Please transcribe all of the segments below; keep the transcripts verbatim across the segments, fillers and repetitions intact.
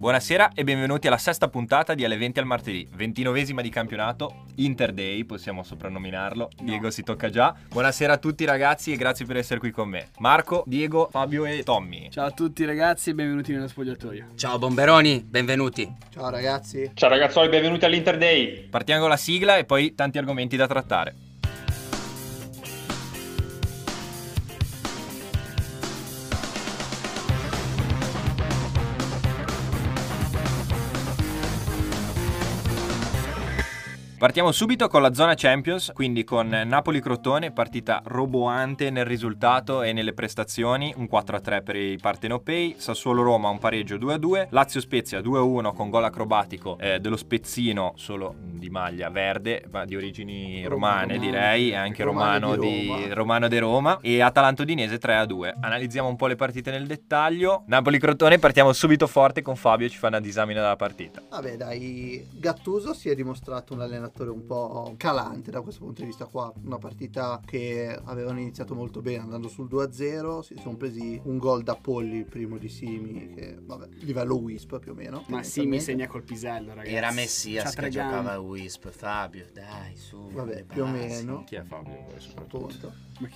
Buonasera e benvenuti alla sesta puntata di Alle venti al martedì, ventinovesima di campionato, Inter Day, possiamo soprannominarlo. No. Diego si tocca già. Buonasera a tutti ragazzi e grazie per essere qui con me. Marco, Diego, Fabio e Tommy. Ciao a tutti ragazzi e benvenuti nello spogliatoio. Ciao bomberoni, benvenuti. Ciao ragazzi. Ciao ragazzoli, benvenuti all'Inter Day. Partiamo con la sigla e poi tanti argomenti da trattare. Partiamo subito con la zona Champions, quindi con Napoli-Crotone, partita roboante nel risultato e nelle prestazioni, un quattro a tre per i partenopei, Sassuolo-Roma un pareggio due a due, Lazio-Spezia due a uno con gol acrobatico eh, dello Spezzino, solo di maglia verde, ma di origini romane, romane direi, e anche romano di, Roma. di Romano de Roma, e Atalanta-Udinese tre a due. Analizziamo un po' le partite nel dettaglio. Napoli-Crotone, partiamo subito forte con Fabio, ci fa una disamina della partita. Vabbè dai, Gattuso si è dimostrato un allenatore un po' calante da questo punto di vista qua, una partita che avevano iniziato molto bene andando sul due a zero, si sono presi un gol da Polli, il primo di Simi, che vabbè, livello Wisp più o meno. Ma Simi segna col pisello ragazzi. Era Messias che giocava a Wisp, Fabio, dai su. Vabbè, più o meno. Chi è Fabio? Appunto.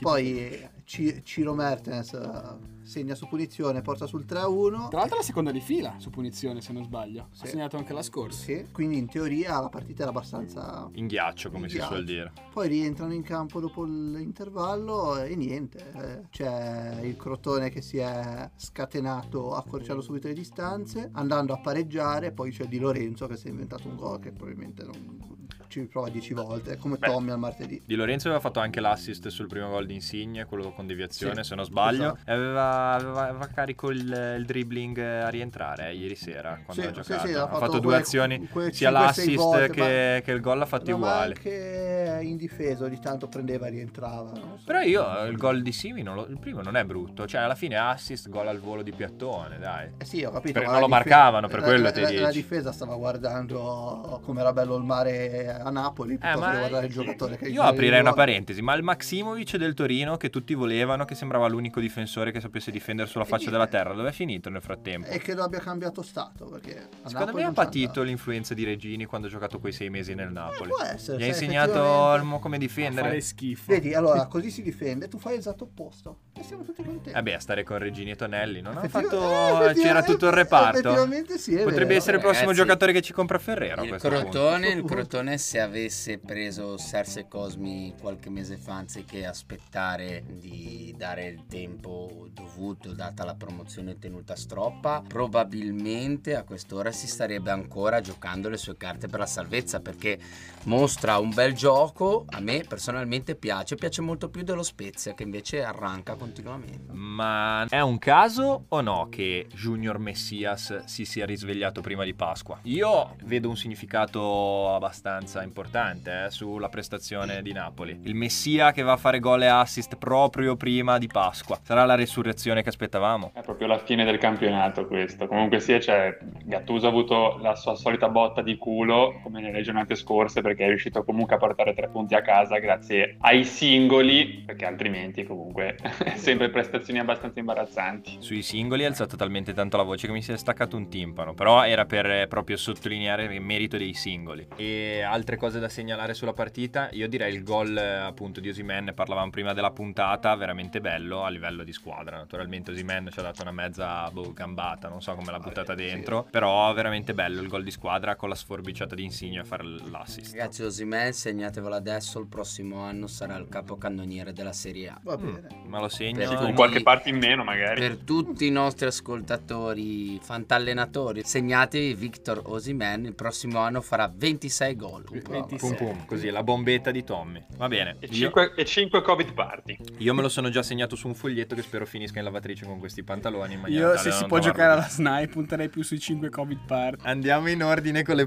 Poi C- Ciro Mertens segna su punizione, porta sul tre a uno. Tra l'altro la seconda di fila su punizione se non sbaglio. Sì. Ha segnato anche la scorsa. Sì, quindi in teoria la partita era abbastanza in ghiaccio, come in si ghiaccio. suol dire. Poi rientrano in campo dopo l'intervallo e niente, eh, c'è il Crotone che si è scatenato accorciando subito le distanze, andando a pareggiare. Poi c'è Di Lorenzo che si è inventato un gol che probabilmente non ci prova dieci volte, come Beh, Tommy al martedì. Di Lorenzo aveva fatto anche l'assist sul primo gol di Insigne, quello con deviazione, sì, se non sbaglio. Esatto. E aveva, aveva, aveva carico il, il dribbling a rientrare eh, ieri sera quando sì, ha giocato. Sì, sì, ha, ha fatto, fatto due quelle, azioni, quelle sia cinque, l'assist volte, che, ma... che il gol ha fatti no, uguali. Ma anche in difesa ogni tanto prendeva e rientrava. Non so. Però io il gol di Simi, non lo, il primo non è brutto, cioè alla fine assist, gol al volo di piattone, dai. Eh sì, ho capito. Perché ma non lo difesa, marcavano, per la, quello la, te la, dici. La difesa stava guardando come era bello il mare a Napoli, piuttosto eh, ma che guardare il giocatore che io aprirei una parentesi, ma il Maximovic del Torino che tutti volevano, che sembrava l'unico difensore che sapesse difendere sulla faccia e della terra, dove è finito nel frattempo? E che lo abbia cambiato stato, perché secondo me ha patito l'influenza di Regini quando ha giocato quei sei mesi nel Napoli. Eh, può essere, gli ha insegnato il, come difendere. Fare schifo. Vedi, allora così si difende, tu fai l'esatto opposto e siamo tutti contenti. Vabbè, a stare con Regini e Tonelli non ha Effettiv- fatto eh, c'era tutto il reparto. Effettivamente sì, è potrebbe vero. essere il prossimo Ragazzi, giocatore che ci compra Ferrero. Il Crotone, il Crotone se avesse preso Serse Cosmi qualche mese fa, anziché aspettare di dare il tempo dovuto data la promozione tenuta a stroppa, probabilmente a quest'ora si starebbe ancora giocando le sue carte per la salvezza, perché mostra un bel gioco. A me personalmente piace piace molto più dello Spezia, che invece arranca continuamente. Ma è un caso o no che Junior Messias si sia risvegliato prima di Pasqua? Io vedo un significato abbastanza importante eh, sulla prestazione di Napoli. Il Messia che va a fare gol e assist proprio prima di Pasqua. Sarà la resurrezione che aspettavamo? È proprio la fine del campionato questo. Comunque sia, cioè, Gattuso ha avuto la sua solita botta di culo come nelle giornate scorse, perché è riuscito comunque a portare tre punti a casa grazie ai singoli, perché altrimenti comunque sempre prestazioni abbastanza imbarazzanti. Sui singoli ha alzato talmente tanto la voce che mi si è staccato un timpano, però era per proprio sottolineare il merito dei singoli. E altre cose da segnalare sulla partita, io direi il gol appunto di Osimhen, parlavamo prima della puntata, veramente bello a livello di squadra. Naturalmente Osimhen ci ha dato una mezza boh, gambata, non so come l'ha buttata dentro, sì. Però veramente bello il gol di squadra con la sforbiciata di Insigne a fare l'assist. Ragazzi, Osimhen, segnatevelo adesso, il prossimo anno sarà il capocannoniere della Serie A. Va bene. Mm, ma lo segno Per con tutti, qualche parte in meno magari. Per tutti i nostri ascoltatori fantallenatori, segnatevi Victor Osimhen, il prossimo anno farà ventisei gol. ventisei. Pum pum, così la bombetta di Tommy. Va bene. E Io... cinque Covid party. Io me lo sono già segnato su un foglietto che spero finisca in lavatrice con questi pantaloni. In Io se si può giocare alla snipe punterei più sui cinque Covid party. Andiamo in ordine con le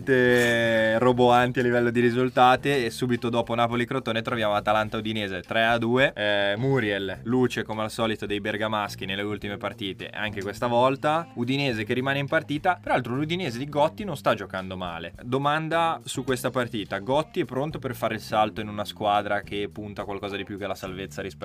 partite roboanti a livello di risultati e subito dopo Napoli-Crotone troviamo Atalanta-Udinese tre a due. eh, Muriel, luce come al solito dei bergamaschi nelle ultime partite, anche questa volta. Udinese che rimane in partita, peraltro l'Udinese di Gotti non sta giocando male. Domanda su questa partita: Gotti è pronto per fare il salto in una squadra che punta qualcosa di più che la salvezza rispetto all'Udinese?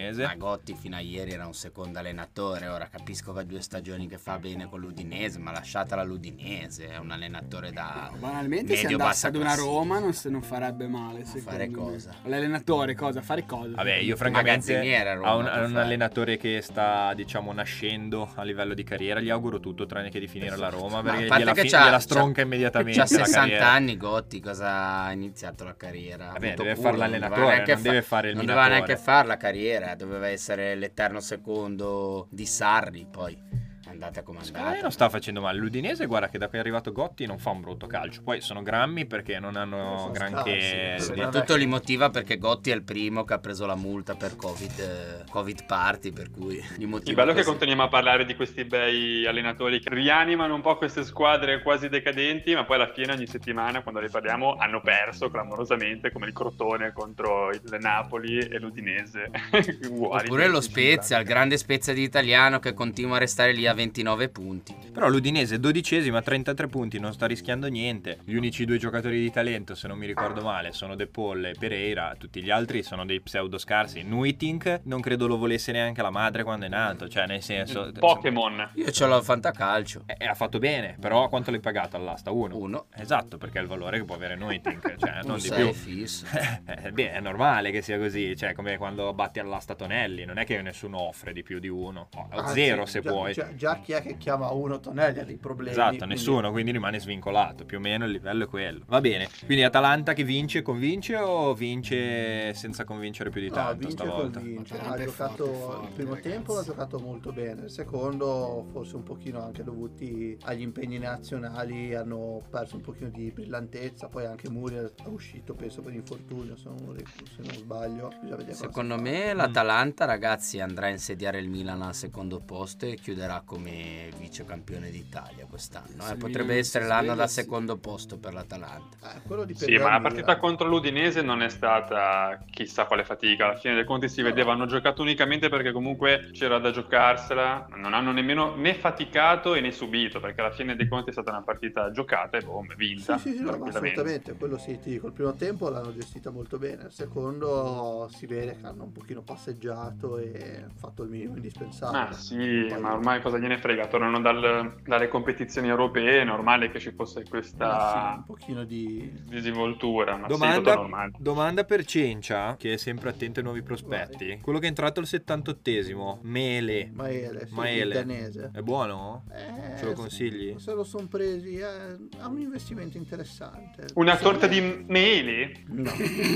l'Udinese. Ma Gotti fino a ieri era un secondo allenatore, ora capisco che ha due stagioni che fa bene con l'Udinese, ma lasciatela l'Udinese, è un allenatore da No, banalmente se medio andasse bassa ad una classifica. Roma non, se non farebbe male, secondo fare me. cosa? L'allenatore cosa? Fare cosa? Vabbè, io francamente Magazziniere a Roma, a un, può a un fare. allenatore che sta, diciamo, nascendo a livello di carriera gli auguro tutto tranne che di finire la Roma, Ma a perché parte gliela, che fi- c'ha- gliela stronca c'ha- immediatamente C'ha la sessanta carriera. anni Gotti, cosa ha iniziato la carriera? Ha Vabbè, avuto deve culo, fare non l'allenatore, doveva neanche non deve fare il non minatore. doveva neanche fare la carriera, doveva essere l'eterno secondo di Sarri, poi andate a Secondo me comandare. non sta facendo male. L'Udinese, guarda che da cui è arrivato Gotti non fa un brutto calcio. Poi sono grammi perché non hanno Sono granché. scarsi. Soprattutto li motiva perché Gotti è il primo che ha preso la multa per Covid, eh, Covid party, per cui li motiva. Il bello è che così. continuiamo a parlare di questi bei allenatori che rianimano un po' queste squadre quasi decadenti, ma poi alla fine ogni settimana quando li parliamo hanno perso clamorosamente, come il Crotone contro il Napoli e l'Udinese. Uguali. Oppure lo Spezia, il grande Spezia di Italiano che continua a restare lì a ventinove punti. Però l'Udinese dodicesima, trentatré punti, non sta rischiando niente. Gli unici due giocatori di talento, se non mi ricordo male, sono De Paul e Pereira. Tutti gli altri sono dei pseudo scarsi. Nuitink non credo lo volesse neanche la madre quando è nato. Cioè, nel senso. Pokémon. Io ce l'ho al fantacalcio. E ha fatto bene, però quanto l'hai pagato all'asta? Uno. Uno. Esatto, perché è il valore che può avere Nuitink, cioè non Un di sei più. fisso. Eh, beh, è normale che sia così, cioè come quando batti all'asta Tonelli, non è che nessuno offre di più di uno, o Anzi, zero se già, puoi. Già, già chi è che chiama uno Tonelli ha dei problemi. Esatto, quindi- nessuno, quindi rimane svincolato, più o meno il livello è quello. Va bene, quindi Atalanta che vince, convince o vince senza convincere più di No, tanto vince stavolta? convince. Ha Atalanta è giocato forte, forte, il primo ragazzi. tempo, ha giocato molto bene. Il secondo, forse un pochino anche dovuti agli impegni nazionali, hanno perso un pochino di brillantezza. Poi anche Muriel è uscito, penso, per infortunio. Se non, se non sbaglio, bisogna vedere cosa Secondo si fa. me l'Atalanta, ragazzi, andrà a insediare il Milan al secondo posto e chiuderà come vice campione d'Italia quest'anno. Se eh. il Potrebbe Milan essere si l'anno sveglia, da sì. secondo posto per l'Atalanta. Eh, quello dipende Sì, ma dal la partita Milan. contro l'Udinese non è stata chissà quale fatica. Alla fine dei conti si No. vedeva, hanno giocato unicamente perché comunque c'era da giocarsela. Non hanno nemmeno né faticato e né subito, perché alla fine dei conti è stata una partita giocata e boom, vinta. Sì, sì, sì, no, ma tranquillamente. assolutamente, quello sì, ti dico, il primo tempo l'hanno gestita molto bene, il secondo si vede che hanno un pochino passeggiato e fatto il minimo indispensabile. Ah sì, Poi- ma ormai cosa gliene frega? Tornano dal- dalle competizioni europee, è normale che ci fosse Ah, sì, questa un pochino di... disinvoltura, ma sì, tutto Domanda, normale. domanda per Cencia, che è sempre attento ai nuovi prospetti. Vai. Quello che è entrato al settantottesimo, Mele, Maele, sì, Maele. il danese. è buono? Eh, Ce lo consigli? Se lo sono presi, eh, ha un investimento interessante. Una Secondo torta me- di mele? No.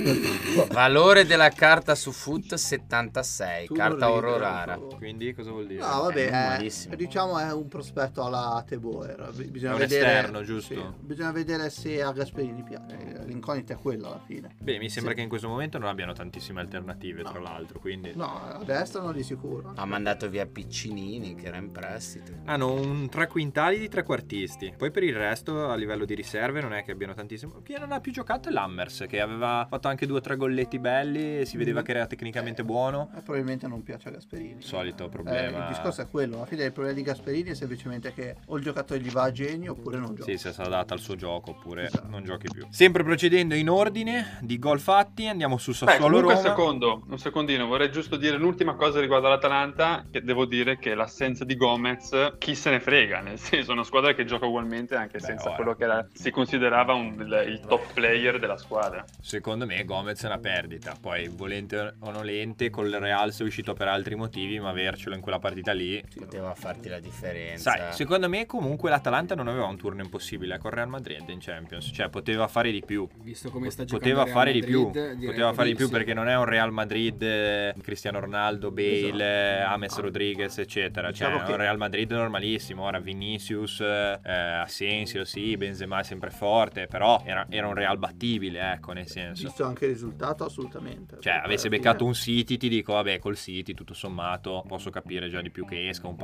Valore della carta su Foot settantasei, Tu carta non oro ridi, per rara. favore. Quindi cosa vuol dire? No, vabbè, Eh, non eh, malissimo. diciamo è un prospetto alla Teboer. B- Bisogna È un vedere, esterno, giusto? sì, bisogna vedere se a Gasperini piace. L'incognita è quella alla fine. Beh, mi sembra Sì. che in questo momento non abbiano tantissime alternative, tra l'altro, quindi No, a destra non di sicuro. Ha mandato via Piccinini che era in prestito. hanno un tre quintali di trequartisti. Poi per il resto, a livello di riserve, non è che abbiano tantissimo. Chi non ha più giocato è l'Hammers, che aveva fatto anche due o tre golletti belli e si vedeva Mm. che era tecnicamente buono. Eh, probabilmente non piace a Gasperini. Solito Eh, problema. il discorso è quello. Alla fine il problema di Gasperini è semplicemente che o il giocatore gli va a genio oppure non gioca. Sì, se si adatta al suo gioco oppure Esatto. non giochi più. Sempre procedendo in ordine di gol fatti, andiamo su Beh, Sassuolo comunque un Roma. secondo, un secondino, vorrei giusto dire l'ultima cosa riguardo all'Atalanta, che devo dire che l'assenza di Gomez, chi se ne frega, nel senso è una squadra che gioca ugualmente anche Beh, senza ora. quello che era- si considerava un- il, il top player della squadra. Secondo me Gomez è una perdita. Poi, volente o nolente, col Real sei uscito per altri motivi, ma avercelo in quella partita lì. Poteva farti la differenza. Sai, secondo me comunque l'Atalanta non aveva un turno impossibile con Real Madrid in Champions, cioè poteva fare di più. Visto come sta giocando Poteva Real fare di più, Madrid, direi poteva fare di più sì. perché non è un Real Madrid, eh, Cristiano Ronaldo, Bale, Esatto. eh, James Rodriguez, eccetera. Diciamo Cioè, è che- un Real Madrid normalissimo. Ora Vinicius, eh, Asensio, sì, Benzema è sempre forte, però era, era un Real battibile, ecco, nel senso. Visto anche il risultato, assolutamente. Cioè, avesse Alla beccato fine- un City, ti dico, vabbè, col City, tutto sommato, posso capire già di più che esca. Un Paris Saint-Germain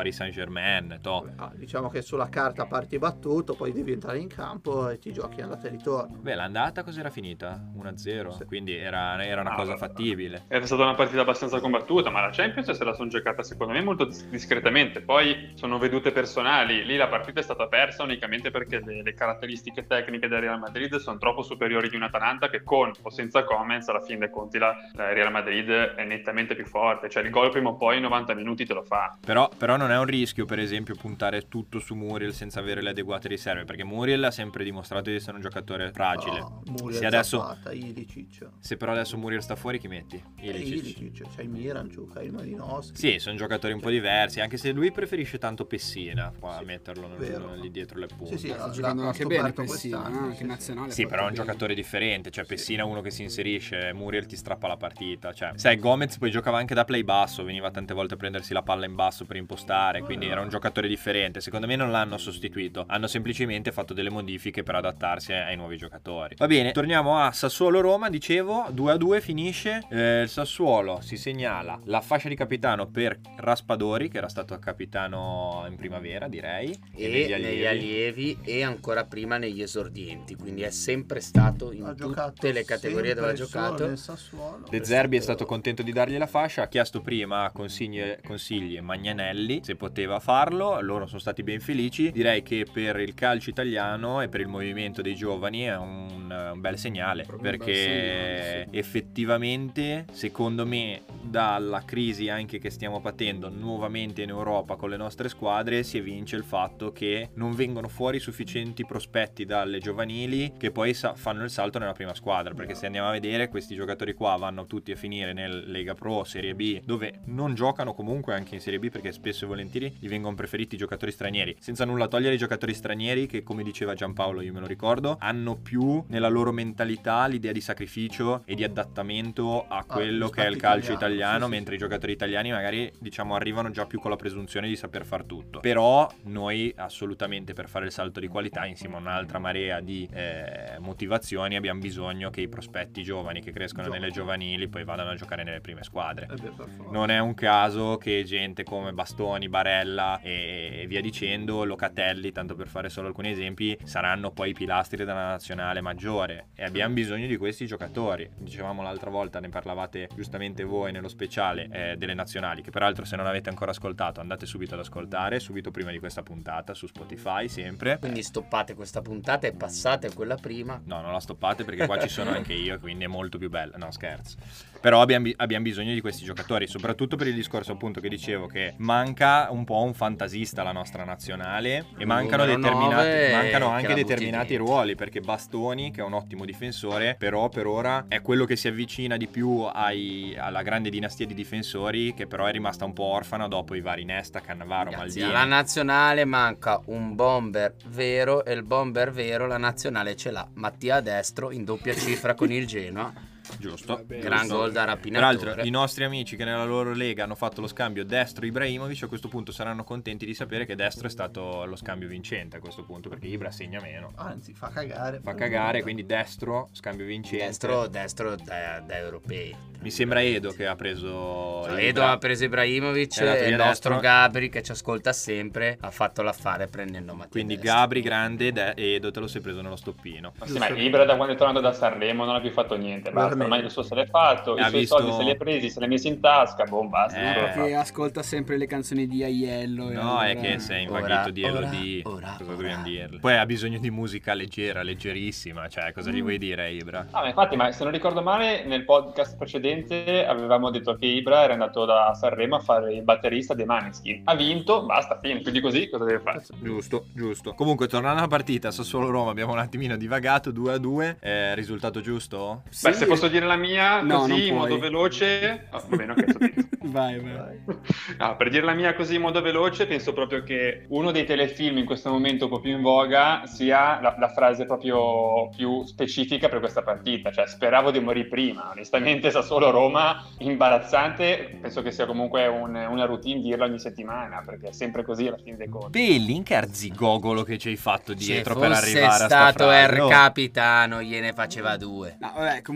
Superman, to. Ah, diciamo che sulla carta parti battuto, poi devi entrare in campo e ti giochi andata e ritorno. Beh, l'andata cos'era finita? uno a zero, Sì. quindi era, era una Ah, cosa vabbè. fattibile. È stata una partita abbastanza combattuta, ma la Champions se la sono giocata secondo me molto dis- discretamente. Poi sono vedute personali. Lì la partita è stata persa unicamente perché le, le caratteristiche tecniche del Real Madrid sono troppo superiori di un Atalanta che con o senza comments alla fine dei conti la, la Real Madrid è nettamente più forte. Cioè il gol prima o poi in novanta minuti te lo fa. Però, però non è un rischio, per esempio, puntare tutto su Muriel senza avere le adeguate riserve, perché Muriel ha sempre dimostrato di essere un giocatore fragile. Oh, Muriel, se adesso Zapata, Ilicic. se però adesso Muriel sta fuori, chi metti? Eh, Ilicic. Ilicic, c'hai il Miranchuk, c'hai il Malinowski. Sì, sono giocatori un po' diversi, anche se lui preferisce tanto Pessina qua a metterlo nel- vero. lì dietro le punte. Sì, sì, Sta l'ha- giocando l'ha anche bene scoperto Pessina, quest'anno, anche sì, in nazionale. Sì, ha però è un fatto bene. giocatore differente, cioè Pessina è uno che si inserisce, Muriel ti strappa la partita, cioè sai Gomez poi giocava anche da play basso, veniva tante volte a prendersi la palla in basso per impostare, quindi era un giocatore differente. Secondo me non l'hanno sostituito, hanno semplicemente fatto delle modifiche per adattarsi ai nuovi giocatori. Va bene, torniamo a Sassuolo-Roma, dicevo, due a due finisce, eh, il Sassuolo si segnala la fascia di capitano per Raspadori, che era stato capitano in primavera direi, E negli negli allievi. allievi e ancora prima negli esordienti, quindi è sempre stato in Ha giocato tutte le categorie dove ha sempre solo giocato. nel Sassuolo. De Zerbi è stato contento di dargli la fascia, ha chiesto prima consigli, consigli Magnanelli se poteva farlo, loro sono stati ben felici. Direi che per il calcio italiano e per il movimento dei giovani è un, un bel segnale, Proprio un bel perché segnale, sì. effettivamente secondo me dalla crisi anche che stiamo patendo nuovamente in Europa con le nostre squadre si evince il fatto che non vengono fuori sufficienti prospetti dalle giovanili che poi sa- fanno il salto nella prima squadra, perché se andiamo a vedere questi giocatori qua vanno tutti a finire nel Lega Pro, Serie B, dove non giocano comunque anche in Serie B perché spesso e volentieri gli vengono preferiti i giocatori stranieri, senza nulla togliere i giocatori stranieri che, come diceva Giampaolo, io me lo ricordo, hanno più nella loro mentalità l'idea di sacrificio e di adattamento a quello che è il rispetto calcio italiano, italiano, sì, sì, mentre sì. i giocatori italiani magari diciamo arrivano già più con la presunzione di saper far tutto. Però noi assolutamente per fare il salto di qualità insieme a un'altra marea di eh, motivazioni abbiamo bisogno che i prospetti giovani che crescono Giochi. nelle giovanili poi vadano a giocare nelle prime squadre. Eh beh, per forza. Non è un caso che gente come Bastoni, Barella e via dicendo, Locatelli, tanto per fare solo alcuni esempi, saranno poi i pilastri della nazionale maggiore e abbiamo bisogno di questi giocatori. Dicevamo l'altra volta, ne parlavate giustamente voi nello speciale eh, delle nazionali, che peraltro se non avete ancora ascoltato andate subito ad ascoltare, subito prima di questa puntata su Spotify sempre. Quindi stoppate questa puntata e passate a quella prima. No, non la stoppate perché qua ci sono anche io, quindi è molto più bella. No, scherzo. Però abbiamo, bi- abbiamo bisogno di questi giocatori, soprattutto per il discorso appunto che dicevo che manca un po' un fantasista la nostra nazionale e mancano, Numero determinati, nove mancano che anche la butti determinati dentro. ruoli, perché Bastoni, che è un ottimo difensore, però per ora è quello che si avvicina di più ai- alla grande dinastia di difensori, che però è rimasta un po' orfana dopo i vari Nesta, Cannavaro, Ragazzi, Maldini. alla nazionale manca un bomber vero e il bomber vero la nazionale ce l'ha. Mattia Destro in doppia cifra con il Genoa. Giusto. Va bene. Gran giusto. gol da rapinatore. Peraltro i nostri amici che nella loro lega hanno fatto lo scambio Destro-Ibrahimovic a questo punto saranno contenti di sapere che Destro è stato lo scambio vincente a questo punto, perché Ibra segna meno, Anzi, fa cagare. fa cagare, quindi Destro scambio vincente. Destro, destro da, da europei. Mi sembra Edo che ha preso Cioè, Ibra. Edo ha preso Ibrahimovic È andato e via il nostro Destro. Gabri che ci ascolta sempre ha fatto l'affare prendendo Mattia Quindi Destro. Gabri grande De- Edo te lo sei preso nello stoppino. Ma sì, ma Ibra da quando è tornato da Sanremo non ha più fatto niente. Basta, Veramente. ormai il suo se l'è fatto, i Ha suoi visto- soldi se li ha presi, se li ha messi in tasca, boh, basta. Eh. non ce l'ha Che fatta. ascolta sempre le canzoni di Aiello. e No, è allora- che sei invaghito Ora, di ora, Elodie. ora, Cosa ora. dobbiamo dirle? Poi ha bisogno di musica leggera, leggerissima. Cioè, cosa gli vuoi dire a Ibra? Ah, ma infatti, ma se non ricordo male, nel podcast precedente avevamo detto che Ibra era andato da Sanremo a fare il batterista dei Maneskin. Ha vinto, basta, fine. Quindi così cosa deve fare? Giusto, giusto. Comunque, tornando alla partita, Sassuolo-Roma abbiamo un attimino divagato, due a due. Eh, risultato giusto? Beh, Sì. se posso dire la mia No, non così in puoi. modo veloce. Oh, va bene, ok, sto zitto. Vai, vai. No, per dire la mia così in modo veloce, penso proprio che uno dei telefilm in questo momento un po' più in voga sia la, la frase proprio più specifica per questa partita, cioè speravo di morire prima. Onestamente Sassuolo-Roma imbarazzante, penso che sia comunque un- una routine dirla ogni settimana, perché è sempre così alla fine dei conti. Belling, che arzigogolo che ci hai fatto dietro Se per fosse arrivare a sta stato frase. il Oh. capitano gliene faceva due. No, vabbè, comunque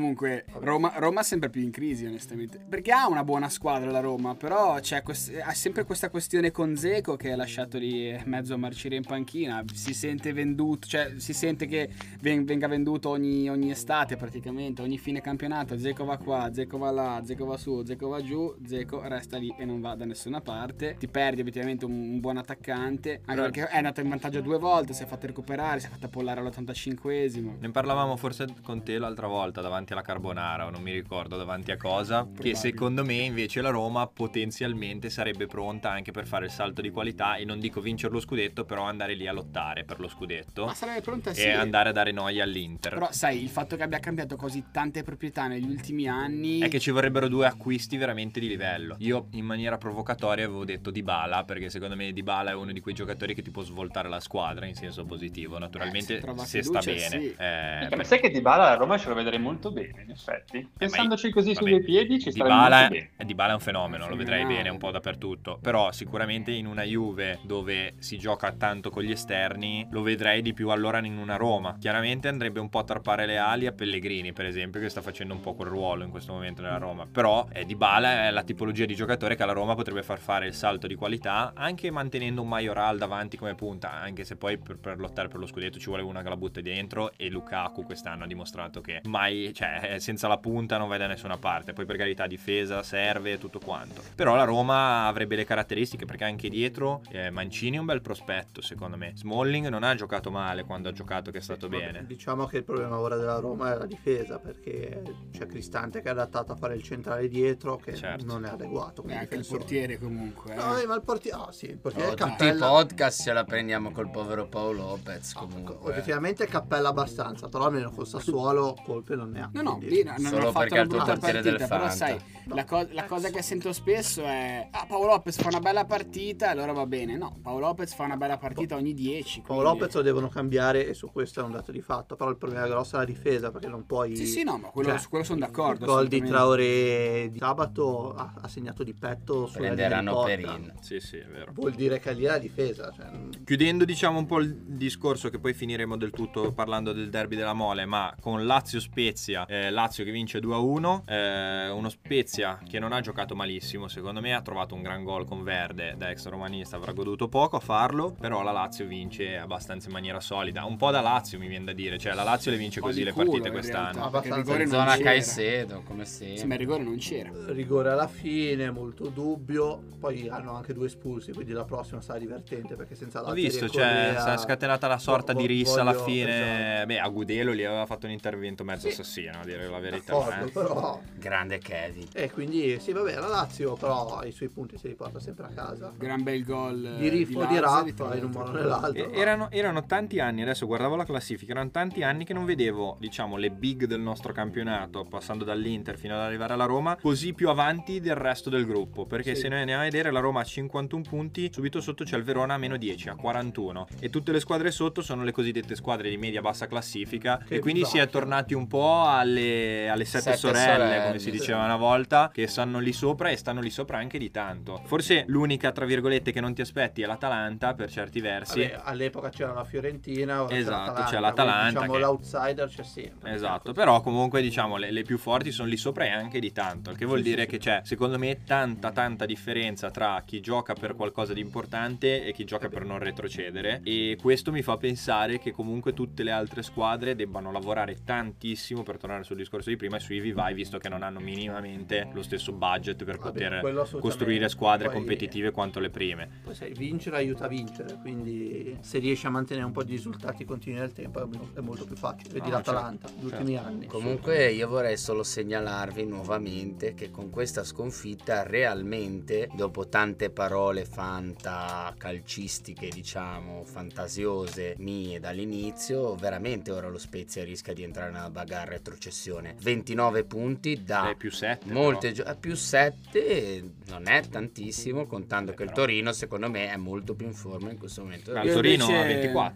Roma, Roma è sempre più in crisi, onestamente, perché ha una buona squadra la Roma, però c'è quest- ha sempre questa questione con Dzeko che è lasciato lì mezzo a marcire in panchina. Si sente venduto, cioè si sente che ven- venga venduto ogni, ogni estate praticamente, ogni fine campionato. Dzeko va qua, Dzeko va là, Dzeko va su, Dzeko va giù, Dzeko resta lì e non va da nessuna parte. Ti perdi obiettivamente un, un buon attaccante, anche perché è andato in vantaggio due volte, si è fatto recuperare, si è fatto pollare all'ottantacinquesimo. Ne parlavamo forse con te l'altra volta davanti alla Carbonara, o non mi ricordo davanti a cosa, che secondo me invece la Roma potenzialmente sarebbe pronta anche per fare il salto di qualità e non dico vincere lo scudetto, però andare lì a lottare per lo scudetto. Ma sarebbe pronta, sì, e andare a dare noia all'Inter. Però sai, il fatto che abbia cambiato così tante proprietà negli ultimi anni è che ci vorrebbero due acquisti veramente di livello. Io in maniera provocatoria avevo detto Dybala, perché secondo me Dybala è uno di quei giocatori che ti può svoltare la squadra in senso positivo, naturalmente eh, se, se fiducia, sta bene. Sì. Eh, eh, ma sai che Dybala a Roma ce lo vedrei molto bene, in effetti. Pensandoci così vabbè, sui due piedi ci starebbe Dybala, molto bene. Dybala è un fenomeno, lo vedrai Fenomenale. bene un po' dappertutto. Però sicuramente in una Juve dove si gioca tanto con gli esterni lo vedrei di più allora in una Roma. Chiaramente andrebbe un po' a tarpare le ali a Pellegrini, per esempio, che sta facendo un po' quel ruolo in questo momento nella Roma. Però eh, Dybala è la tipologia di giocatore che alla Roma potrebbe far fare il salto di qualità, anche mantenendo un Majoral davanti come punta, anche se poi per, per lottare per lo scudetto ci vuole una che la butti dentro, e Lukaku quest'anno ha dimostrato che mai, cioè senza la punta non vai da nessuna parte. Poi per carità difesa serve tutto quanto, però la Roma avrebbe le caratteristiche, perché anche dietro eh, Mancini è un bel prospetto secondo me. Smalling non ha giocato male quando ha giocato, che è stato bene. Diciamo che il problema ora della Roma è la difesa, perché c'è Cristante che è adattato a fare il centrale dietro, che certo. non è adeguato come E anche il difensore. portiere comunque eh. No, eh, ma il portiere, ah sì, il portiere Oh, tutti i Cappella. podcast ce la prendiamo col povero Paolo Lopez comunque. Oggettivamente Cappella abbastanza, però almeno col Sassuolo colpe non ne ha. No, no, quindi- lì non Solo hanno fatto perché una è il tuo brutta portiere del partita, però Fanta. sai, la, co- la cosa che sento spesso è ah, Paolo Lopez fa una bella partita e allora va bene. No, Paolo Lopez fa una bella partita ogni dieci. Paolo Lopez lo devono cambiare e su questo è un dato di fatto, però il problema grosso è la difesa, perché non puoi... Sì, sì, no, ma quello, cioè, su quello sono d'accordo. Il gol di assolutamente. Traoré di sabato ha, ha segnato di petto sulla linea di Prenderanno porta. Perin. Sì, sì, è vero. Vuol dire che lì è la difesa, cioè, Chiudendo diciamo un po' il discorso, che poi finiremo del tutto parlando del derby della Mole, ma con Lazio-Spezia, eh, Lazio che vince due a uno, eh, uno Spezia che non ha giocato malissimo secondo me, ha trovato un gran gol con Verde da ex romanista, avrà goduto poco a farlo, però la Lazio vince abbastanza in maniera solida, un po' da Lazio mi viene da dire, cioè la Lazio le vince Un po' così di le culo, partite in quest'anno. realtà, perché il Abbastanza rigore In non zona c'era. Caicedo, come Sì, ma sempre. il rigore non c'era. rigore alla fine, molto dubbio, poi hanno anche due espulsi, quindi la prossima sarà divertente, perché senza Ho Lazzari visto, e cioè Correa- si è scatenata la sorta vo- di rissa alla voglio- fine. esatto. Beh, Agudelo gli aveva fatto un intervento mezzo Sì. assassino, a dire la verità. D'accordo, eh. però Grande Kevin. e quindi sì, vabbè, la Lazio però i suoi punti si riporta sempre a casa. Gran bel gol Di riffo di Lazzari, Raffa tra in un l'altro. modo o nell'altro. E- Erano, erano tanti anni, adesso guardavo la classifica, erano tanti anni che non vedevo, diciamo, le big del nostro campionato, passando dall'Inter fino ad arrivare alla Roma, così più avanti del resto del gruppo. Perché Sì. se noi andiamo a vedere, la Roma ha cinquantuno punti, subito sotto c'è il Verona a meno dieci, a quarantuno. E tutte le squadre sotto sono le cosiddette squadre di media-bassa classifica. Che e quindi si è vacca. tornati un po' alle, alle sette, Sette sorelle, sorelle, come si sì. diceva una volta, che stanno lì sopra e stanno lì sopra anche di tanto. Forse l'unica, tra virgolette, che non ti aspetti è l'Atalanta, per certi versi. Vabbè, all'epoca c'era la Fiorentina, ora Esatto, c'è c'è l'Atalanta, l'Atalanta quindi, diciamo che- l'outsider c'è sempre. Esatto, però comunque diciamo le, le più forti sono lì sopra e anche di tanto, il che vuol Sì, dire sì, che sì. c'è secondo me tanta tanta differenza tra chi gioca per qualcosa di importante e chi gioca per non retrocedere, e questo mi fa pensare che comunque tutte le altre squadre debbano lavorare tantissimo, per tornare sul discorso di prima, e sui vivai, visto che non hanno minimamente lo stesso budget per Vabbè, poter quello assolutamente. costruire squadre Poi- competitive quanto le prime. Poi sai, vincere aiuta a vincere, quindi se riesci a mantenere un po' di risultati continui nel tempo è mo- è molto più facile. Vedi No, l'Atalanta, certo, gli ultimi anni. Comunque io vorrei solo segnalarvi nuovamente che con questa sconfitta realmente, dopo tante parole fanta calcistiche, diciamo fantasiose mie dall'inizio, veramente ora lo Spezia rischia di entrare nella bagarre retrocessione. ventinove punti da Eh, più sette molte gio- eh, più sette non è tantissimo, contando che il però- Torino secondo me è molto più in forma in questo momento. Ma il Io Torino invece- ha ventiquattro.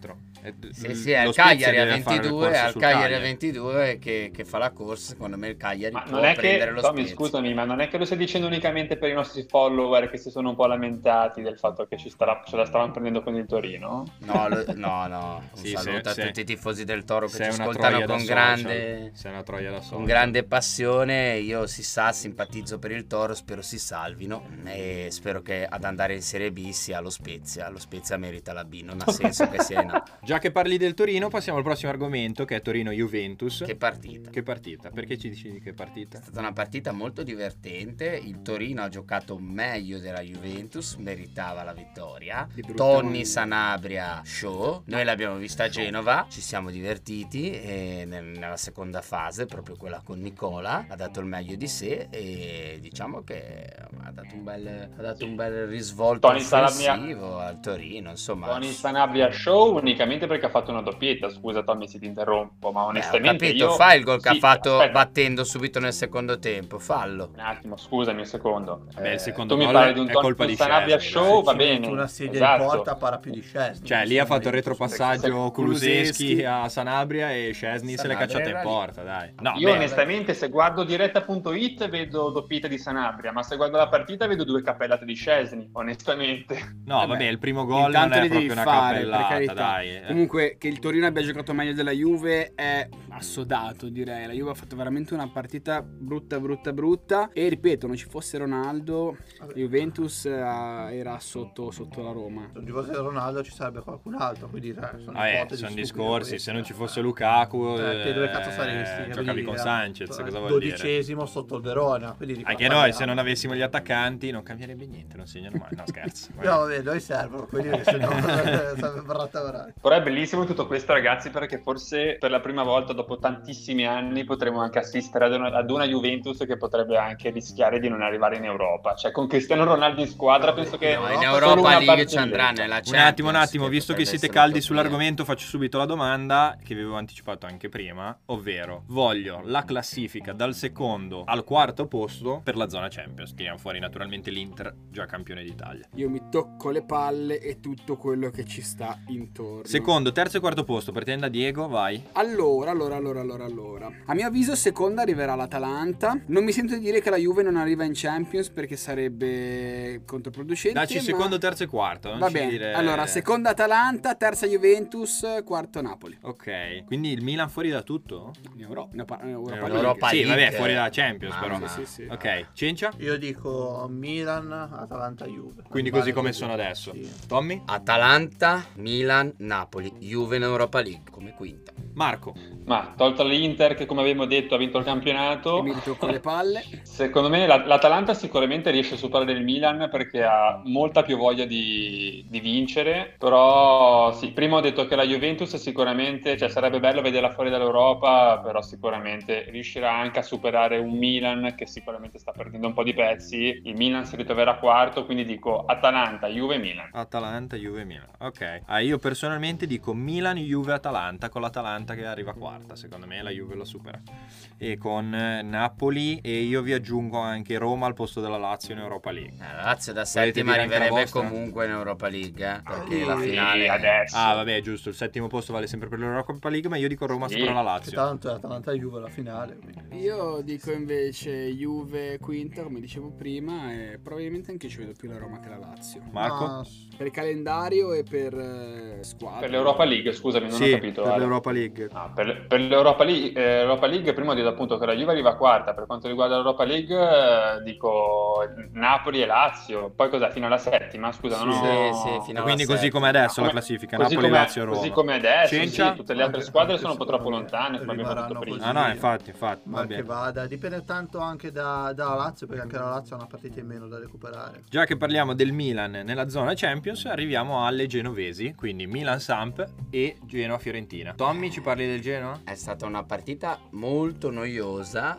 Eh, Sì, sì, è lo il Spezia Cagliari a deve fare il ventidue, corso è il sul Cagliari a ventidue che, che fa la corsa. Secondo me il Cagliari Ma può non è prendere che, lo Tommy, Spezia. scusami, ma non è che lo stai dicendo unicamente per i nostri follower che si sono un po' lamentati del fatto che ci starà, ce la stavano prendendo con il Torino? No, lo- no, no. Un Sì, saluto se- a se- tutti i tifosi del Toro che sei ci una ascoltano troia da con social. grande, Sei una troia da social. con grande passione. Io si sa, simpatizzo per il Toro, spero si salvino e spero che ad andare in Serie B sia lo Spezia. Lo Spezia merita la B, non ha senso che sia in A. Già che parli del Torino, passiamo al prossimo argomento che è Torino-Juventus. Che partita. Che partita? Perché ci dici di che partita? È stata una partita molto divertente. Il Torino ha giocato meglio della Juventus, meritava la vittoria. Di brutta Tonni maniera. Sanabria show. Noi l'abbiamo vista a Genova, ci siamo divertiti e nel- nella seconda fase, proprio quella con Nicola, ha dato il meglio di sé e diciamo che ha dato un bel, ha dato un bel risvolto Tony Sanabria- offensivo al Torino, insomma. Tony Sanabria show unicamente perché ha fatto una doppietta. Scusa Tommy se ti interrompo, ma Beh, ho onestamente capito, io... fa il gol che Sì, ha fatto aspetta, battendo subito nel secondo tempo, fallo. un attimo, scusami un secondo. Vabbè, il secondo tu mi gol parli di un è Tony colpa di Sanabria Szczesny, show, dai. va Se ci bene. metti una sedia esatto. in porta para più di Szczesny. Cioè, lì ha fatto il Insomma, retropassaggio Kulusevski Kulusevski a Sanabria e Szczesny se l'è Sanabria cacciata in era lì. porta, dai. No, Io beh, onestamente se guardo diretta punto it vedo doppietta di Sanabria, ma se guardo la partita vedo due cappellate di Szczesny, onestamente. no, Vabbè, vabbè, il primo gol non intanto è li devi proprio una fare, per cappellata, carità. dai. eh. Comunque che il Torino abbia giocato meglio della Juve è assodato, direi. La Juve ha fatto veramente una partita brutta brutta brutta e ripeto, non ci fosse Ronaldo, la Juventus eh, era sotto, sotto la Roma. Se non ci fosse Ronaldo ci sarebbe qualcun altro, quindi eh, sono Vabbè, ipotesi sono stupide discorsi, queste. se non ci fosse Lukaku, Eh, te dove cazzo eh, saresti? giocavi Quindi, con eh, Sanchez, cioè, cosa vuol dire? dodicesimo sotto il Verona, quindi di Anche cosa noi, se parliamo? non avessimo gli attaccanti, non cambierebbe niente, non segnano mai. No, scherzo. No, vabbè, noi servono, quindi se no verrà tavorare. Però è bellissimo tutto questo ragazzi perché forse per la prima volta dopo tantissimi anni potremo anche assistere ad una, ad una Juventus che potrebbe anche rischiare di non arrivare in Europa. Cioè con Cristiano Ronaldo in squadra penso che No, in Europa Europa una League ci barzelletta. andrà nella Un Champions, attimo, un attimo, che visto che potrebbe siete essere caldi utopia. sull'argomento, faccio subito la domanda che vi avevo anticipato anche prima, ovvero voglio la classifica dal secondo al quarto posto per la zona Champions. Tiriamo fuori naturalmente l'Inter, già campione d'Italia. Io mi tocco le palle e tutto quello che ci sta intorno. Secondo, terzo e quarto posto, pretenda Diego, vai. Allora, allora, allora, allora, allora. A mio avviso seconda arriverà l'Atalanta. Non mi sento di dire che la Juve non arriva in Champions perché sarebbe controproducente. Dacci ma- secondo, terzo e quarto. Non Va ci bene. dire- Allora, seconda Atalanta, terza Juventus, quarto Napoli. Ok, quindi il Milan fuori da tutto? In Euro- in Europa, in Europa Eh, League. Europa Sì, League. vabbè, fuori dalla Champions Mamma. però. Sì, sì, sì. Ok, Cencia? Io dico Milan, Atalanta, Juve. Quindi Vale così come così. sono adesso. Sì. Tommy? Atalanta, Milan, Napoli, Juve in Europa League come quinta. Marco? Ma tolto l'Inter che come abbiamo detto ha vinto il E campionato, mi ritocco le palle. secondo me la- l'Atalanta sicuramente riesce a superare il Milan perché ha molta più voglia di, di vincere, però sì, prima ho detto che la Juventus sicuramente, cioè sarebbe bello vederla fuori dall'Europa, però sicuramente riuscirà anche a superare un Milan che sicuramente sta perdendo un po' di pezzi, il Milan si ritroverà quarto, quindi dico Atalanta, Juve, Milan. Atalanta, Juve, Milan. Ok. Ah, io personalmente dico Milan, Juve, Atalanta, con l'Atalanta che arriva quarta. Secondo me la Juve lo supera. E con eh, Napoli, e io vi aggiungo anche Roma al posto della Lazio in Europa League. Eh, la Lazio da Volete settima dire anche la arriverebbe vostra? comunque in Europa League, eh, perché Sì, la finale adesso. Ah, vabbè, giusto. Il settimo posto vale sempre per l'Europa League, ma io dico Roma Sì. sopra la Che Lazio. tanto è Atalanta e Juve alla finale. quindi. Io dico invece Juve quinta, come dicevo prima, e probabilmente anche ci vedo più la Roma che la Lazio. Marco? Ma- Per calendario e per eh, squadra. Per l'Europa League, scusami, non Sì, ho capito. per Ale. l'Europa League. No, per, per l'Europa League, eh, Europa League, prima ho detto appunto che la Juve arriva quarta. Per quanto riguarda l'Europa League, eh, dico Napoli e Lazio. Poi cos'è? Fino alla settima? Scusa, Sì, non ho... sì, fino alla Quindi così settima. come adesso Come- la classifica, così Napoli, come- Lazio e Roma. Così come adesso, Cencia? sì, tutte le altre Anche- squadre anche sono un po' troppo sicuramente lontane, come abbiamo detto rimarranno prima. così. Ah no, infatti, infatti. Ma Va che bene. vada, dipende tanto anche da, dalla Lazio, perché anche la Lazio ha una partita in meno da recuperare. Già che parliamo del Milan nella zona Champions, arriviamo alle genovesi, quindi Milan-Samp e Genoa-Fiorentina. Tommy, ci parli del Genoa? È stata una partita molto noiosa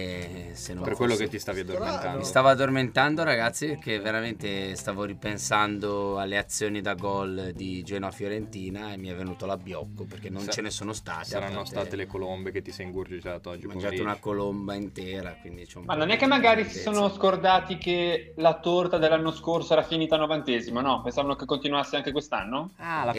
e se non Per quello fosse- che ti stavi addormentando. Mi stavo addormentando, ragazzi, perché veramente stavo ripensando alle azioni da gol di Genoa-Fiorentina e mi è venuto l'abbiocco perché non Sa- ce ne sono state. Saranno a parte- state le colombe che ti sei ingurgitato oggi Ho mangiato pomeriggio. una colomba intera, quindi c'ho un Ma po' non di è che magari si tristezza. sono scordati che la torta dell'anno scorso era finita al novantesimo, no? Pensavano che continuasse anche quest'anno? Ah, la Era due provocazione.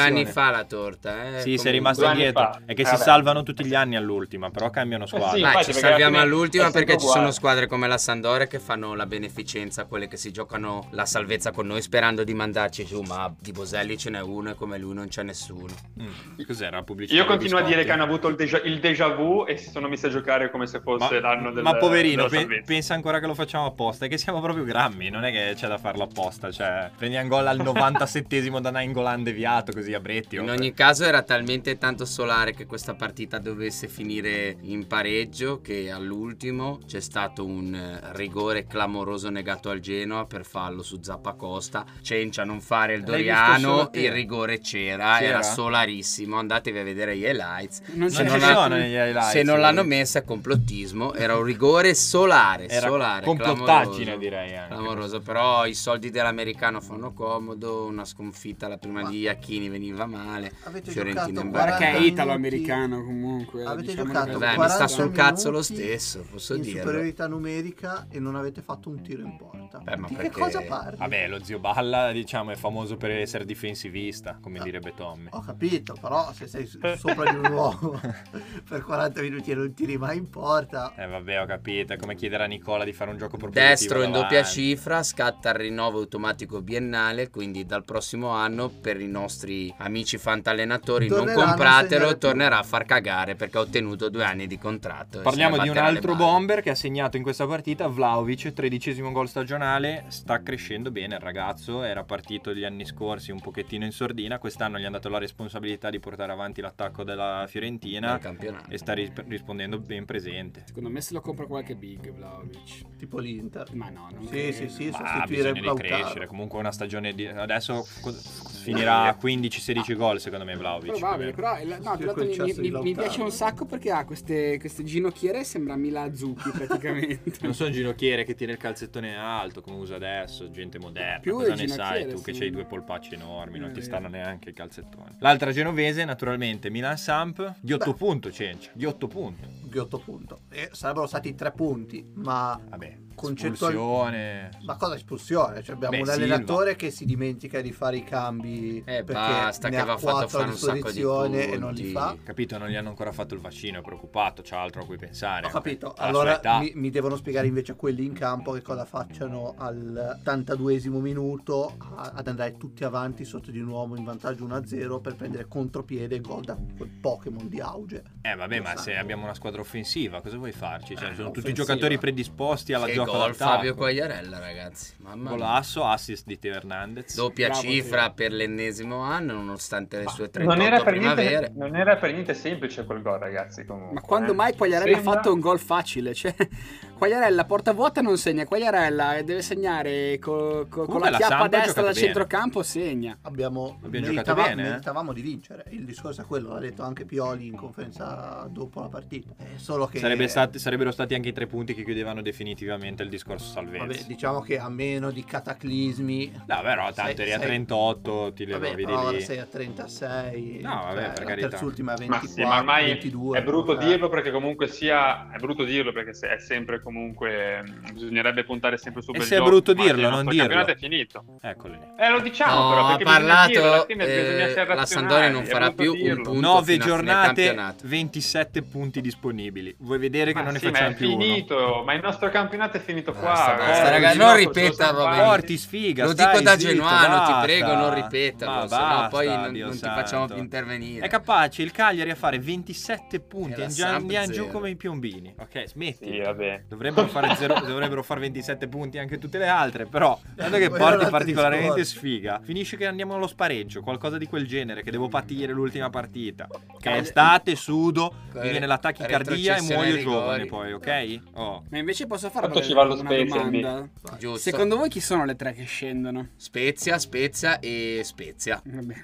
anni fa la torta, eh. Sì, Comunque. sei rimasto Due anni indietro. fa. È che Eh, si vabbè. salvano tutti gli anni all'ultima, però cambiano squadra. sì, Dai, infatti, ci perché alla salviamo fine all'ultima è sempre perché ci sono uguale. squadre come la Sampdoria che fanno la beneficenza, quelle che si giocano la salvezza con noi sperando di mandarci su, ma di Boselli ce n'è uno e come lui non c'è nessuno. Mm, Cos'era la pubblicità? Io dei continuo a dire biscotti? che hanno avuto il déjà, il déjà vu e si sono messi a giocare come se fosse Ma, l'anno del ma poverino, della pe- salvezza. pensa ancora che lo facciamo apposta. È che siamo proprio grammi, non è che c'è da farlo apposta. Cioè, prendiamo gol al novantasettesimo da Nainggolan deviato così a Bretti. In ogni caso era talmente tanto solare che questa partita dovesse finire in pareggio che all'ultimo c'è stato un eh, rigore clamoroso negato al Genoa per fallo su Zappacosta. Cencia non fare il L'hai visto solo Doriano, te? il rigore c'era, C'era? era solarissimo. Andatevi a vedere gli highlights. Non Non c'è ci non ha- sono negli highlights. Se non l'hanno messa è complottismo, era un rigore solare, Era solare, complottaggine, clamoroso. direi anche. Clamoroso, però i soldi dell'americano fanno comodo, una sconfitta la prima Ma- di Iachini veniva male. Avete Fiorentina giocato in Perché barca. è quaranta italo-americano comunque. Avete diciamo giocato che- Vabbè, mi quaranta sta sul cazzo lo minuti stesso, posso in dirlo. superiorità numerica e non avete fatto un tiro in porta. Beh, ma Di che perché- cosa parli? Vabbè, lo zio Balla, diciamo, è famoso per essere difensivista, come Ah. direbbe Tommy. Ho capito, però se sei su- sopra di un uomo per quaranta minuti e non tiri mai in porta. Eh vabbè, ho capito, è come chiedere a Nicola di fare un gioco proprio Destro in doppia cifra, scatta il rinnovo automatico biennale, quindi dal prossimo anno per i nostri amici fantallenatori non Tornerà a non compratelo, segnare più. tornerà a far cagare perché ha ottenuto due anni di contratto. e Parliamo se ne di un batterà le altro balle. bomber che ha segnato in questa partita, Vlahovic, tredicesimo gol stagionale, sta crescendo bene il ragazzo, era partito gli anni scorsi un pochettino in sordina, quest'anno gli hanno dato la responsabilità di portare avanti l'attacco della Fiorentina Nel campionato. e sta ris- rispondendo ben presente. Secondo me se lo compra qualche big Vlahovic. Tipo l'Inter. Ma no, non Sì, credo. sì, sì, Ma sostituire bisogna di Lautaro. crescere, comunque una stagione di... adesso co- finirà a quindici sedici gol secondo me Vlahovic. Probabile, più o meno. però il- no, Sì, tra l'altro quel mi, cesso mi- di mi Lautaro. piace un sacco perché ha queste, queste ginocchiere, sembra Mila Azuki praticamente. Non sono ginocchiere che tiene il calzettone alto come usa adesso, gente moderna. Più Cosa le ne sai ginocchiere, tu che sì. c'hai due polpacci enormi, non Eh, ti vero. stanno neanche i calzettoni. L'altra genovese, naturalmente, Milan Samp, di otto Beh. punti, Cencia, di otto punti. Di otto punti. E sarebbero stati tre punti, ma Vabbè, concettual- espulsione. Ma cosa espulsione? Cioè abbiamo Beh, un Silva. allenatore che si dimentica di fare i cambi Eh, perché basta, ne che ha aveva fatto quattro a fare un sacco di disposizione e non punti. li fa. Capito, non gli hanno ancora fatto il vaccino, è preoccupato, c'ha altro a cui pensare. Ho capito, Alla sua allora età. mi, mi devono spiegare invece quelli in campo che cosa facciano all'ottantaduesimo minuto a- ad andare tutti avanti sotto di nuovo in vantaggio uno a zero per prendere contropiede e gol da quel Pokémon di auge. Eh vabbè, ma se abbiamo una squadra offensiva, cosa vuoi farci? Cioè, Eh, sono tutti offensiva. giocatori predisposti alla Che gioco gol d'attacco. Fabio Quagliarella, ragazzi. Mamma mia. Golasso, assist di Teo Hernandez. Doppia Bravo, cifra Teo. per l'ennesimo anno, nonostante le sue Non era, trentotto per primavere. niente, non era per niente semplice quel gol, ragazzi. Comunque, Ma quando eh. mai Quagliarella Sembra- ha fatto un gol facile? Cioè, Quagliarella porta vuota non segna, Quagliarella deve segnare co- co- con Comunque la la chiappa a Samp ha destra giocato da bene. centrocampo segna. Abbiamo, Abbiamo meritava- giocato bene, eh? meritavamo di vincere. Il discorso è quello, l'ha detto anche Pioli in conferenza dopo la partita. È solo che Sarebbe stati- sarebbero stati anche i tre punti che chiudevano definitivamente il discorso salvezza. Vabbè, diciamo che a meno di cataclismi. No, però tanto sei- eri a sei- trentotto, ti Vabbè, levavi però ora lì. sei a trentasei. No, vabbè, per la carità. terz'ultima a Ma ventiquattro, sì, ma ormai ventidue. è brutto eh. dirlo perché comunque sia è brutto dirlo perché se- è sempre comunque mh, bisognerebbe puntare sempre su E bel se è gioco, brutto ma dirlo, il non nostro dirlo. campionato è finito. Eccoli lì. Eh, lo diciamo No, però ha perché bisogna dirlo, alla parlato, fine bisogna essere eh, la razionali, Sampdoria non è farà brutto più un dirlo. punto. Nove fino a fine giornate, campionato. ventisette punti disponibili. Vuoi vedere che Ma non ne sì, ma facciamo è più uno? finito, ma il nostro campionato è finito qua. Basta, basta, guarda, raga, il non gioco ce lo ripeta, siamo Robin. fatti. Porti sfiga, Lo stai dico da zitto, genuano, basta. ti prego, non ripeterlo, Ma se no basta, poi non, Dio non ti santo. facciamo più intervenire. È capace il Cagliari a fare ventisette punti E e la già Samp andiamo giù zero. come i piombini. Ok, smetti. Sì, vabbè. Dovrebbero fare, zero, dovrebbero fare ventisette punti anche tutte le altre, però dato che Quello è un porti altro particolarmente discorso. sfiga, finisce che andiamo allo spareggio, qualcosa di quel genere, che devo patire l'ultima partita. Che è Cagliari- estate, sudo, mi Re- viene la tachicardia e retrocessione muoio ai giovane rigori. poi, ok? Oh. Ma invece posso fare Quanto ci va lo una Spezia, domanda? Giusto. Secondo voi chi sono le tre che scendono? Spezia, Spezia e Spezia. Va bene.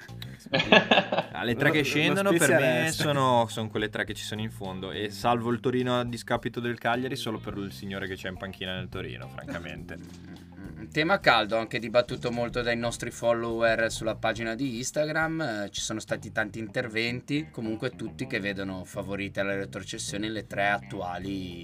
Ah, le tre che Lo- scendono lo per Spezia me resta. sono, sono quelle tre che ci sono in fondo e salvo il Torino a discapito del Cagliari solo per il signore che c'è in panchina nel Torino, francamente. Un tema caldo, anche dibattuto molto dai nostri follower sulla pagina di Instagram. Eh, ci sono stati tanti interventi, comunque tutti che vedono favorite alla retrocessione le tre attuali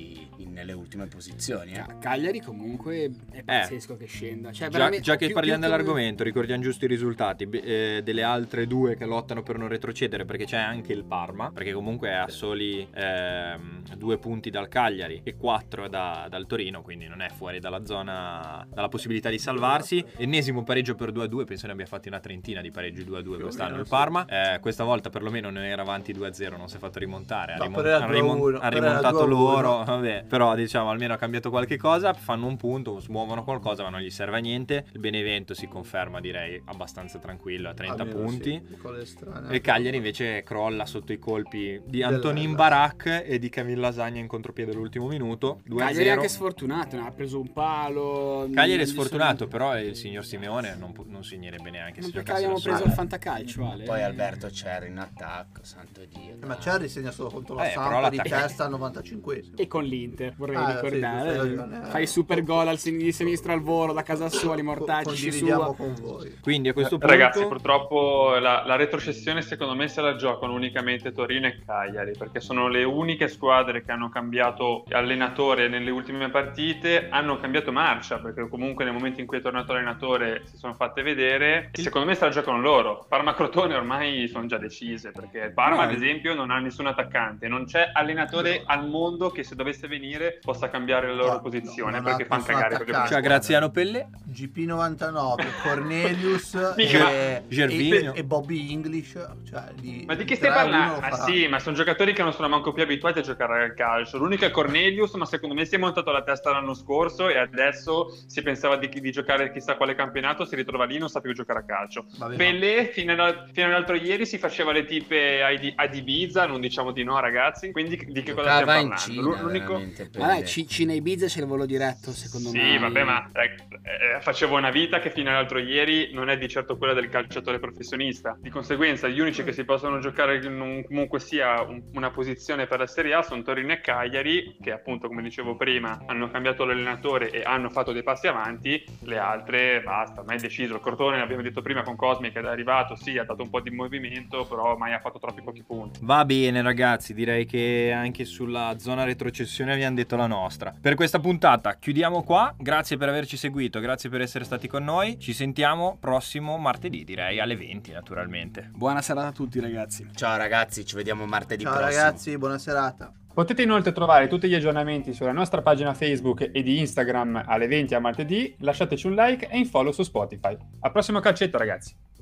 in, nelle ultime posizioni. Eh. Ca- Cagliari comunque è pazzesco che scenda. Cioè, Già, veramente- già che più- parliamo più che- dell'argomento, ricordiamo giusto i risultati be- eh, delle altre due che lottano per non retrocedere, perché c'è anche il Parma, perché comunque è a soli ehm, due punti dal Cagliari e quattro da- dal Torino, quindi non è fuori dalla zona, dalla possibilità di salvarsi. Ennesimo pareggio per due a due, penso ne abbia fatti una trentina di pareggi due a due Più o quest'anno meno, il sì. Parma. Eh, questa volta perlomeno non era avanti due a zero, non si è fatto rimontare, ha, No, rimon- però era ha due a rimon- uno, ha però era rimontato due a uno. loro, vabbè. Però diciamo almeno ha cambiato qualche cosa, fanno un punto, smuovono qualcosa ma non gli serve a niente. Il Benevento si conferma, direi, abbastanza tranquillo a trenta Almeno punti. sì, con le strane. E il Cagliari invece crolla sotto i colpi di Dell'Hellas. Antonin Barak e di Camille Lasagna in contropiede all'ultimo minuto. due a Cagliari è zero. anche sfortunato, ne ha preso un palo. Cagliari è non gli sfortunato, sono- però il signor Simeone non, pu- non segnerebbe neanche Non se perché giocasse abbiamo da preso solo. il fantacalcio, Ale. Poi Alberto Cerri in attacco, santo Dio. Eh, Ma dai. Cerri segna solo contro la Eh, però Sampa di l'attacco- testa al novantacinquesimo. E con l'Inter, vorrei Ah, sì, ricordare. sì, hai ragione. Fa i super gol al sin- di sinistra al volo da casa sua, li mortacci Condividiamo sua. con voi. Quindi a questo punto Ragazzi, purtroppo la, la retrocessione secondo me se la giocano unicamente Torino e Cagliari, perché sono le uniche squadre che hanno cambiato allenatore nelle ultime partite, hanno cambiato marcia, perché comunque nel momento in cui è tornato l'allenatore si sono fatte vedere, e secondo me se la giocano loro. Parma-Crotone ormai sono già decise, perché il Parma No, ad esempio non ha nessun attaccante, non c'è allenatore al mondo che se dovesse venire possa cambiare la loro No, posizione, no, non perché ha fanno nessun cagare attaccante. c'è Graziano Pelle. G P novantanove, Cornelius Mica, e, Gervinho. e, e Bobby English. Cioè di, Ma di che di stai tre a uno parlando? lo Ma farà. sì, ma sono giocatori che non sono manco più abituati a giocare al calcio. L'unico è Cornelius, ma secondo me si è montato la testa l'anno scorso e adesso si pensava di, di giocare chissà quale campionato, si ritrova lì e non sa più giocare a calcio. Vabbè, Pelé fino, a- fino all'altro ieri si faceva le tipe ad ad Ibiza, non diciamo di no ragazzi, quindi di che cosa Giocava stiamo in parlando? Cina, L'unico... veramente, per Ma dai, le- C- Cina Ibiza c'è il volo diretto, secondo Sì, me. vabbè, ma eh, eh, facevo una vita che fino all'altro ieri non è di certo quella del calciatore professionista. Di conseguenza, gli unici che si possono giocare in un- comunque sia un- una posizione per la Serie A sono Torino e Cagliari, che appunto, come dicevo prima, hanno cambiato l'allenatore e hanno fatto dei passi avanti. Le altre, basta, ormai è deciso. Il Crotone, l'abbiamo detto prima con Cosmi, che è arrivato, sì, ha dato un po' di movimento, però mai ha fatto troppi pochi punti. Va bene ragazzi, direi che anche sulla zona retrocessione abbiamo detto la nostra. Per questa puntata chiudiamo qua, grazie per averci seguito, grazie per essere stati con noi. Ci sentiamo prossimo martedì, direi alle venti naturalmente. Buona serata a tutti, ragazzi. Ciao ragazzi, ci vediamo martedì Ciao prossimo. ragazzi, buona serata. Potete inoltre trovare tutti gli aggiornamenti sulla nostra pagina Facebook e di Instagram alle venti a martedì. Lasciateci un like e un follow su Spotify. Al prossimo calcetto, ragazzi.